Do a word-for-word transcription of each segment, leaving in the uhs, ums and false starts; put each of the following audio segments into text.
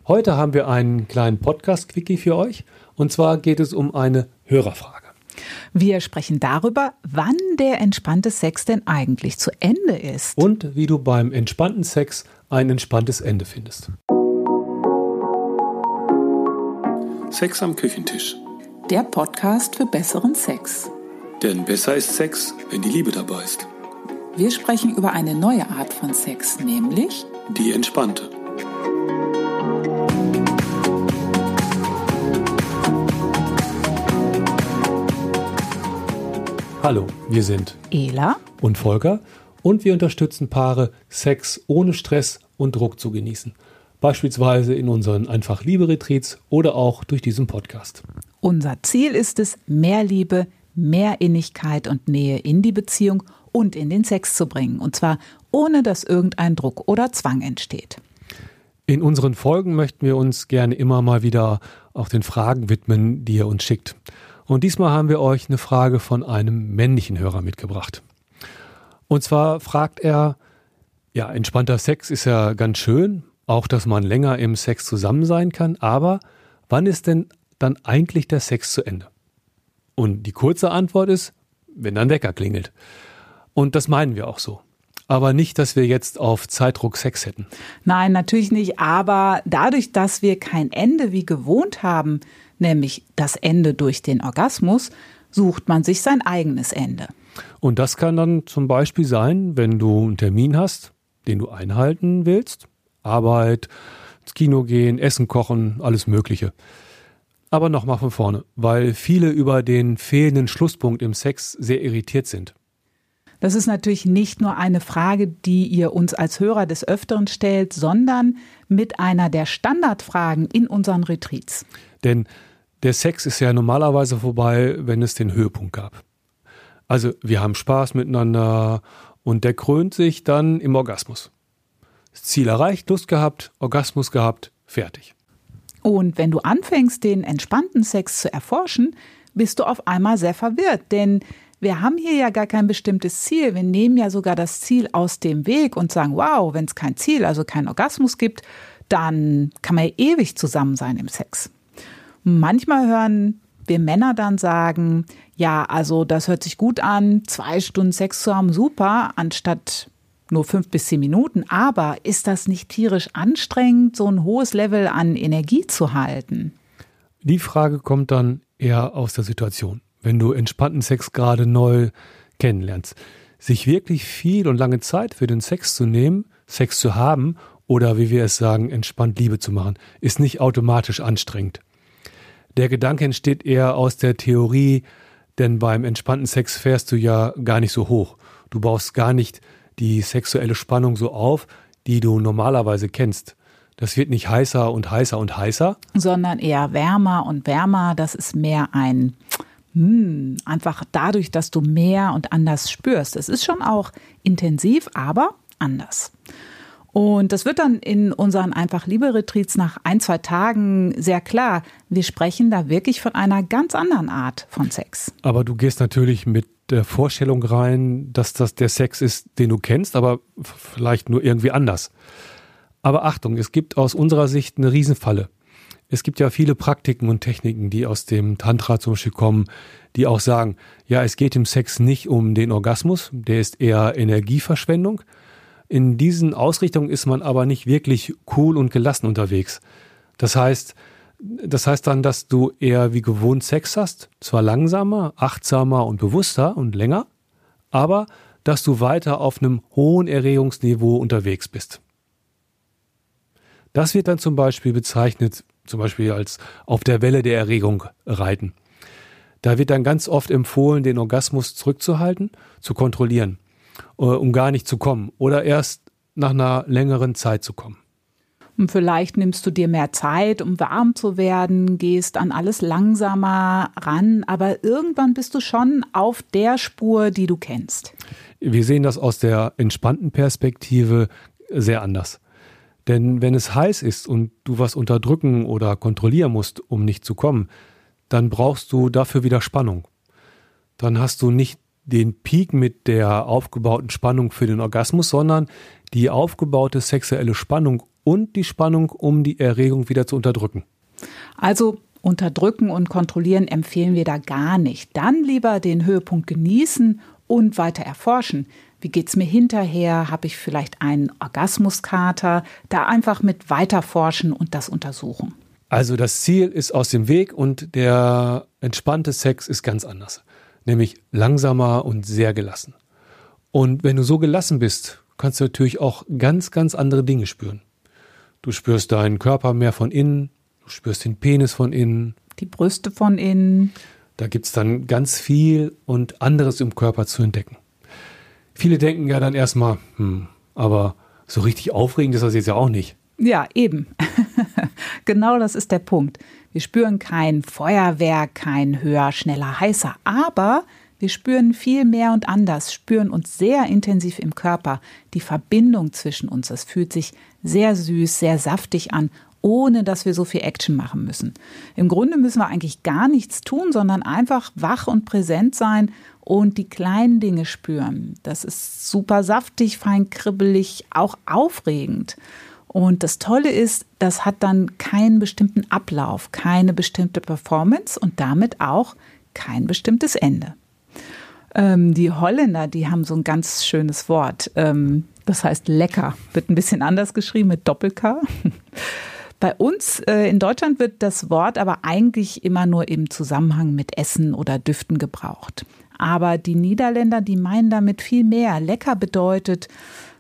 Heute haben wir einen kleinen Podcast-Quickie für euch. Und zwar geht es um eine Hörerfrage. Wir sprechen darüber, wann der entspannte Sex denn eigentlich zu Ende ist. Und wie du beim entspannten Sex ein entspanntes Ende findest. Sex am Küchentisch. Der Podcast für besseren Sex. Denn besser ist Sex, wenn die Liebe dabei ist. Wir sprechen über eine neue Art von Sex, nämlich die entspannte. Hallo, wir sind Ela und Volker und wir unterstützen Paare, Sex ohne Stress und Druck zu genießen. Beispielsweise in unseren Einfach-Liebe-Retreats oder auch durch diesen Podcast. Unser Ziel ist es, mehr Liebe, mehr Innigkeit und Nähe in die Beziehung und in den Sex zu bringen. Und zwar ohne, dass irgendein Druck oder Zwang entsteht. In unseren Folgen möchten wir uns gerne immer mal wieder auch den Fragen widmen, die ihr uns schickt. Und diesmal haben wir euch eine Frage von einem männlichen Hörer mitgebracht. Und zwar fragt er, ja, entspannter Sex ist ja ganz schön, auch dass man länger im Sex zusammen sein kann, aber wann ist denn dann eigentlich der Sex zu Ende? Und die kurze Antwort ist, wenn dann Wecker klingelt. Und das meinen wir auch so. Aber nicht, dass wir jetzt auf Zeitdruck Sex hätten. Nein, natürlich nicht. Aber dadurch, dass wir kein Ende wie gewohnt haben, nämlich das Ende durch den Orgasmus, sucht man sich sein eigenes Ende. Und das kann dann zum Beispiel sein, wenn du einen Termin hast, den du einhalten willst. Arbeit, ins Kino gehen, Essen kochen, alles Mögliche. Aber nochmal von vorne, weil viele über den fehlenden Schlusspunkt im Sex sehr irritiert sind. Das ist natürlich nicht nur eine Frage, die ihr uns als Hörer des Öfteren stellt, sondern mit einer der Standardfragen in unseren Retreats. Denn der Sex ist ja normalerweise vorbei, wenn es den Höhepunkt gab. Also wir haben Spaß miteinander und der krönt sich dann im Orgasmus. Das Ziel erreicht, Lust gehabt, Orgasmus gehabt, fertig. Und wenn du anfängst, den entspannten Sex zu erforschen, bist du auf einmal sehr verwirrt, denn wir haben hier ja gar kein bestimmtes Ziel. Wir nehmen ja sogar das Ziel aus dem Weg und sagen, wow, wenn es kein Ziel, also keinen Orgasmus gibt, dann kann man ja ewig zusammen sein im Sex. Manchmal hören wir Männer dann sagen, ja, also das hört sich gut an, zwei Stunden Sex zu haben, super, anstatt nur fünf bis zehn Minuten. Aber ist das nicht tierisch anstrengend, so ein hohes Level an Energie zu halten? Die Frage kommt dann eher aus der Situation. Wenn du entspannten Sex gerade neu kennenlernst, sich wirklich viel und lange Zeit für den Sex zu nehmen, Sex zu haben oder wie wir es sagen, entspannt Liebe zu machen, ist nicht automatisch anstrengend. Der Gedanke entsteht eher aus der Theorie, denn beim entspannten Sex fährst du ja gar nicht so hoch. Du baust gar nicht die sexuelle Spannung so auf, die du normalerweise kennst. Das wird nicht heißer und heißer und heißer, sondern eher wärmer und wärmer. Das ist mehr ein Hm, einfach dadurch, dass du mehr und anders spürst. Es ist schon auch intensiv, aber anders. Und das wird dann in unseren Einfach-Liebe-Retreats nach ein, zwei Tagen sehr klar. Wir sprechen da wirklich von einer ganz anderen Art von Sex. Aber du gehst natürlich mit der Vorstellung rein, dass das der Sex ist, den du kennst, aber vielleicht nur irgendwie anders. Aber Achtung, es gibt aus unserer Sicht eine Riesenfalle. Es gibt ja viele Praktiken und Techniken, die aus dem Tantra zum Beispiel kommen, die auch sagen, ja, es geht im Sex nicht um den Orgasmus, der ist eher Energieverschwendung. In diesen Ausrichtungen ist man aber nicht wirklich cool und gelassen unterwegs. Das heißt, das heißt dann, dass du eher wie gewohnt Sex hast, zwar langsamer, achtsamer und bewusster und länger, aber dass du weiter auf einem hohen Erregungsniveau unterwegs bist. Das wird dann zum Beispiel bezeichnet, zum Beispiel als auf der Welle der Erregung reiten. Da wird dann ganz oft empfohlen, den Orgasmus zurückzuhalten, zu kontrollieren, um gar nicht zu kommen oder erst nach einer längeren Zeit zu kommen. Und vielleicht nimmst du dir mehr Zeit, um warm zu werden, gehst an alles langsamer ran, aber irgendwann bist du schon auf der Spur, die du kennst. Wir sehen das aus der entspannten Perspektive sehr anders. Denn wenn es heiß ist und du was unterdrücken oder kontrollieren musst, um nicht zu kommen, dann brauchst du dafür wieder Spannung. Dann hast du nicht den Peak mit der aufgebauten Spannung für den Orgasmus, sondern die aufgebaute sexuelle Spannung und die Spannung, um die Erregung wieder zu unterdrücken. Also unterdrücken und kontrollieren empfehlen wir da gar nicht. Dann lieber den Höhepunkt genießen und weiter erforschen. Wie geht's mir hinterher? Habe ich vielleicht einen Orgasmuskater? Da einfach mit weiterforschen und das untersuchen. Also das Ziel ist aus dem Weg und der entspannte Sex ist ganz anders. Nämlich langsamer und sehr gelassen. Und wenn du so gelassen bist, kannst du natürlich auch ganz, ganz andere Dinge spüren. Du spürst deinen Körper mehr von innen, du spürst den Penis von innen. Die Brüste von innen. Da gibt's dann ganz viel und anderes im Körper zu entdecken. Viele denken ja dann erstmal, hm, aber so richtig aufregend ist das jetzt ja auch nicht. Ja, eben. Genau das ist der Punkt. Wir spüren kein Feuerwerk, kein höher, schneller, heißer, aber wir spüren viel mehr und anders, spüren uns sehr intensiv im Körper. Die Verbindung zwischen uns, das fühlt sich sehr süß, sehr saftig an, ohne dass wir so viel Action machen müssen. Im Grunde müssen wir eigentlich gar nichts tun, sondern einfach wach und präsent sein und die kleinen Dinge spüren. Das ist super saftig, fein kribbelig, auch aufregend. Und das Tolle ist, das hat dann keinen bestimmten Ablauf, keine bestimmte Performance und damit auch kein bestimmtes Ende. Ähm, die Holländer, die haben so ein ganz schönes Wort. Ähm, das heißt lecker. Wird ein bisschen anders geschrieben mit Doppel-K. Bei uns äh, in Deutschland wird das Wort aber eigentlich immer nur im Zusammenhang mit Essen oder Düften gebraucht. Aber die Niederländer, die meinen damit viel mehr. Lecker bedeutet,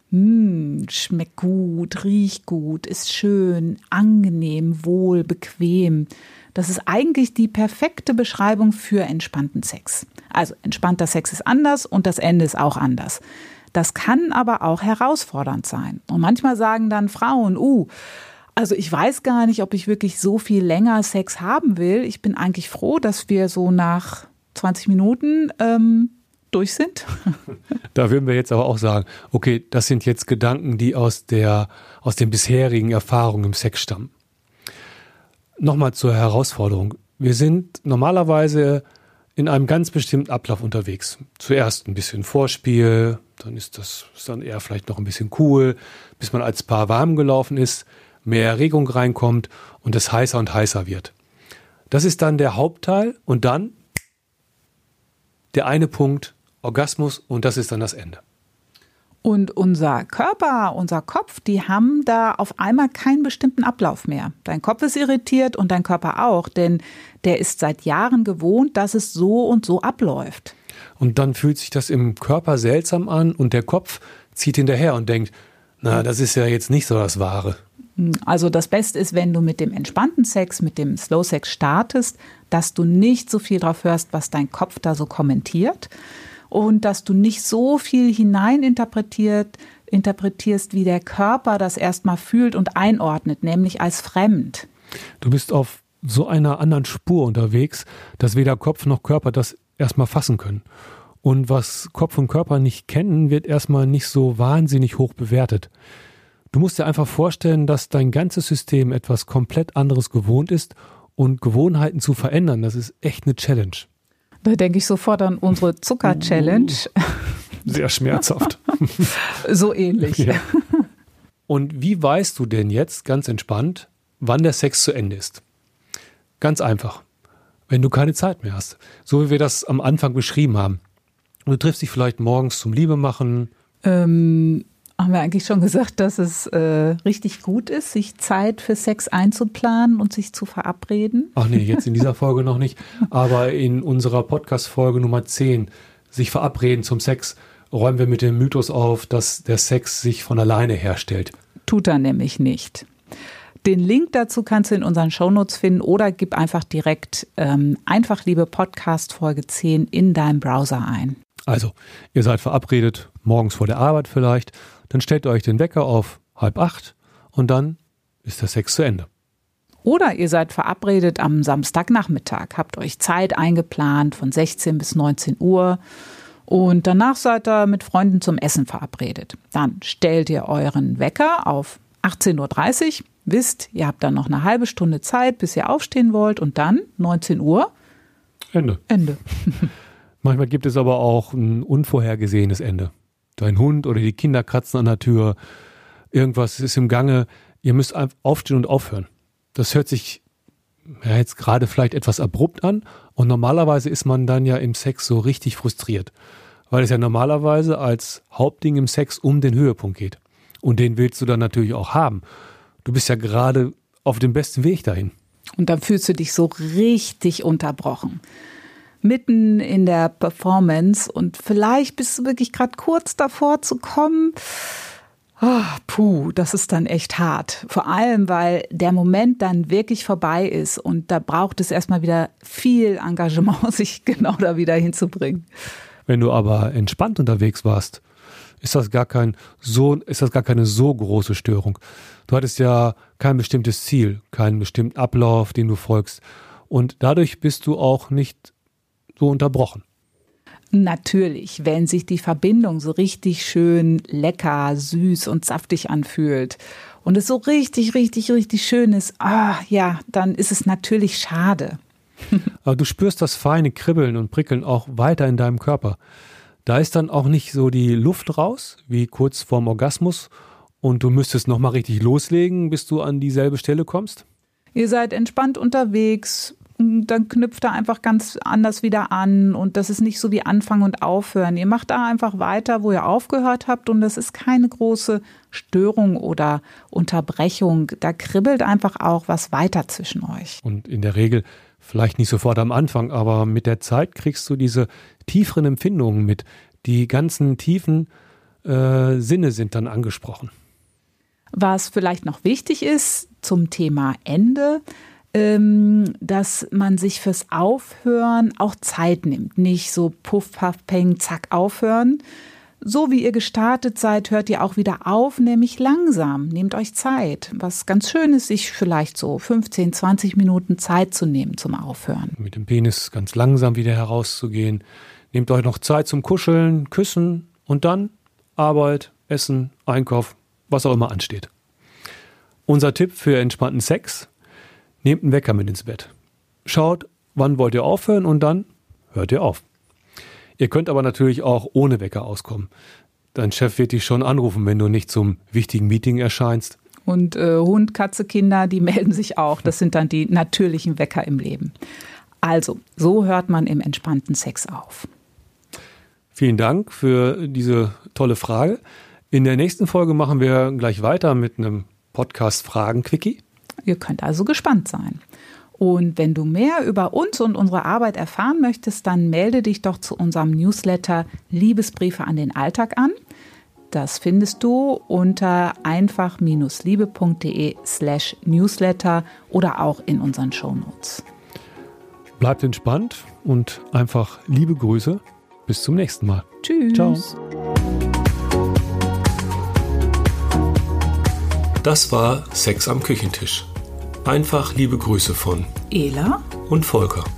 mh, schmeckt gut, riecht gut, ist schön, angenehm, wohl, bequem. Das ist eigentlich die perfekte Beschreibung für entspannten Sex. Also entspannter Sex ist anders und das Ende ist auch anders. Das kann aber auch herausfordernd sein. Und manchmal sagen dann Frauen, uh, also ich weiß gar nicht, ob ich wirklich so viel länger Sex haben will. Ich bin eigentlich froh, dass wir so nach zwanzig Minuten ähm, durch sind. Da würden wir jetzt aber auch sagen, okay, das sind jetzt Gedanken, die aus der, aus den bisherigen Erfahrungen im Sex stammen. Nochmal zur Herausforderung. Wir sind normalerweise in einem ganz bestimmten Ablauf unterwegs. Zuerst ein bisschen Vorspiel, dann ist das ist dann eher vielleicht noch ein bisschen cool, bis man als Paar warm gelaufen ist, mehr Erregung reinkommt und es heißer und heißer wird. Das ist dann der Hauptteil und dann der eine Punkt, Orgasmus, und das ist dann das Ende. Und unser Körper, unser Kopf, die haben da auf einmal keinen bestimmten Ablauf mehr. Dein Kopf ist irritiert und dein Körper auch, denn der ist seit Jahren gewohnt, dass es so und so abläuft. Und dann fühlt sich das im Körper seltsam an und der Kopf zieht hinterher und denkt, na, das ist ja jetzt nicht so das Wahre. Also das Beste ist, wenn du mit dem entspannten Sex, mit dem Slow Sex startest, dass du nicht so viel drauf hörst, was dein Kopf da so kommentiert und dass du nicht so viel hineininterpretiert, interpretierst, wie der Körper das erstmal fühlt und einordnet, nämlich als fremd. Du bist auf so einer anderen Spur unterwegs, dass weder Kopf noch Körper das erstmal fassen können. Und was Kopf und Körper nicht kennen, wird erstmal nicht so wahnsinnig hoch bewertet. Du musst dir einfach vorstellen, dass dein ganzes System etwas komplett anderes gewohnt ist und Gewohnheiten zu verändern, das ist echt eine Challenge. Da denke ich sofort an unsere Zucker-Challenge. Sehr schmerzhaft. So ähnlich. Ja. Und wie weißt du denn jetzt, ganz entspannt, wann der Sex zu Ende ist? Ganz einfach, wenn du keine Zeit mehr hast. So wie wir das am Anfang beschrieben haben. Du triffst dich vielleicht morgens zum Liebemachen. Ähm... Haben wir eigentlich schon gesagt, dass es äh, richtig gut ist, sich Zeit für Sex einzuplanen und sich zu verabreden? Ach nee, jetzt in dieser Folge noch nicht. Aber in unserer Podcast-Folge Nummer zehn, sich verabreden zum Sex, räumen wir mit dem Mythos auf, dass der Sex sich von alleine herstellt. Tut er nämlich nicht. Den Link dazu kannst du in unseren Shownotes finden oder gib einfach direkt ähm, Einfachliebe Podcast Folge zehn in deinem Browser ein. Also, ihr seid verabredet, morgens vor der Arbeit vielleicht, dann stellt ihr euch den Wecker auf halb acht und dann ist der Sex zu Ende. Oder ihr seid verabredet am Samstagnachmittag, habt euch Zeit eingeplant von sechzehn bis neunzehn Uhr und danach seid ihr mit Freunden zum Essen verabredet. Dann stellt ihr euren Wecker auf achtzehn Uhr dreißig, wisst, ihr habt dann noch eine halbe Stunde Zeit, bis ihr aufstehen wollt und dann neunzehn Uhr Ende. Ende. Manchmal gibt es aber auch ein unvorhergesehenes Ende. Dein Hund oder die Kinder kratzen an der Tür, irgendwas ist im Gange. ihr müsst aufstehen und aufhören. Das hört sich ja, jetzt gerade vielleicht etwas abrupt an und normalerweise ist man dann ja im Sex so richtig frustriert, weil es ja normalerweise als Hauptding im Sex um den Höhepunkt geht. Und den willst du dann natürlich auch haben. Du bist ja gerade auf dem besten Weg dahin. Und dann fühlst du dich so richtig unterbrochen. Mitten in der Performance und vielleicht bist du wirklich gerade kurz davor zu kommen. Oh, puh, das ist dann echt hart. Vor allem, weil der Moment dann wirklich vorbei ist und da braucht es erstmal wieder viel Engagement, sich genau da wieder hinzubringen. Wenn du aber entspannt unterwegs warst, ist das gar kein so, ist das gar keine so große Störung. Du hattest ja kein bestimmtes Ziel, keinen bestimmten Ablauf, den du folgst. Und dadurch bist du auch nicht so unterbrochen. Natürlich, wenn sich die Verbindung so richtig schön lecker, süß und saftig anfühlt und es so richtig, richtig, richtig schön ist, ah, ja, dann ist es natürlich schade. Aber du spürst das feine Kribbeln und Prickeln auch weiter in deinem Körper. Da ist dann auch nicht so die Luft raus, wie kurz vorm Orgasmus und du müsstest nochmal richtig loslegen, bis du an dieselbe Stelle kommst? Ihr seid entspannt unterwegs, dann knüpft er einfach ganz anders wieder an und das ist nicht so wie Anfangen und Aufhören. Ihr macht da einfach weiter, wo ihr aufgehört habt und das ist keine große Störung oder Unterbrechung. Da kribbelt einfach auch was weiter zwischen euch. Und in der Regel, vielleicht nicht sofort am Anfang, aber mit der Zeit kriegst du diese tieferen Empfindungen mit. Die ganzen tiefen äh, Sinne sind dann angesprochen. Was vielleicht noch wichtig ist zum Thema Ende, dass man sich fürs Aufhören auch Zeit nimmt. Nicht so puff, paff, peng, zack, aufhören. So wie ihr gestartet seid, hört ihr auch wieder auf, nämlich langsam. Nehmt euch Zeit. Was ganz schön ist, sich vielleicht so fünfzehn, zwanzig Minuten Zeit zu nehmen zum Aufhören. Mit dem Penis ganz langsam wieder herauszugehen. Nehmt euch noch Zeit zum Kuscheln, Küssen und dann Arbeit, Essen, Einkauf, was auch immer ansteht. Unser Tipp für entspannten Sex: Nehmt einen Wecker mit ins Bett. Schaut, wann wollt ihr aufhören und dann hört ihr auf. Ihr könnt aber natürlich auch ohne Wecker auskommen. Dein Chef wird dich schon anrufen, wenn du nicht zum wichtigen Meeting erscheinst. Und äh, Hund, Katze, Kinder, die melden sich auch. Das sind dann die natürlichen Wecker im Leben. Also, so hört man im entspannten Sex auf. Vielen Dank für diese tolle Frage. In der nächsten Folge machen wir gleich weiter mit einem Podcast-Fragen-Quickie. Ihr könnt also gespannt sein. Und wenn du mehr über uns und unsere Arbeit erfahren möchtest, dann melde dich doch zu unserem Newsletter Liebesbriefe an den Alltag an. Das findest du unter einfach-liebe.de slash Newsletter oder auch in unseren Shownotes. Bleibt entspannt und einfach liebe Grüße. Bis zum nächsten Mal. Tschüss. Ciao. Das war Sex am Küchentisch. Einfach liebe Grüße von Ela und Volker.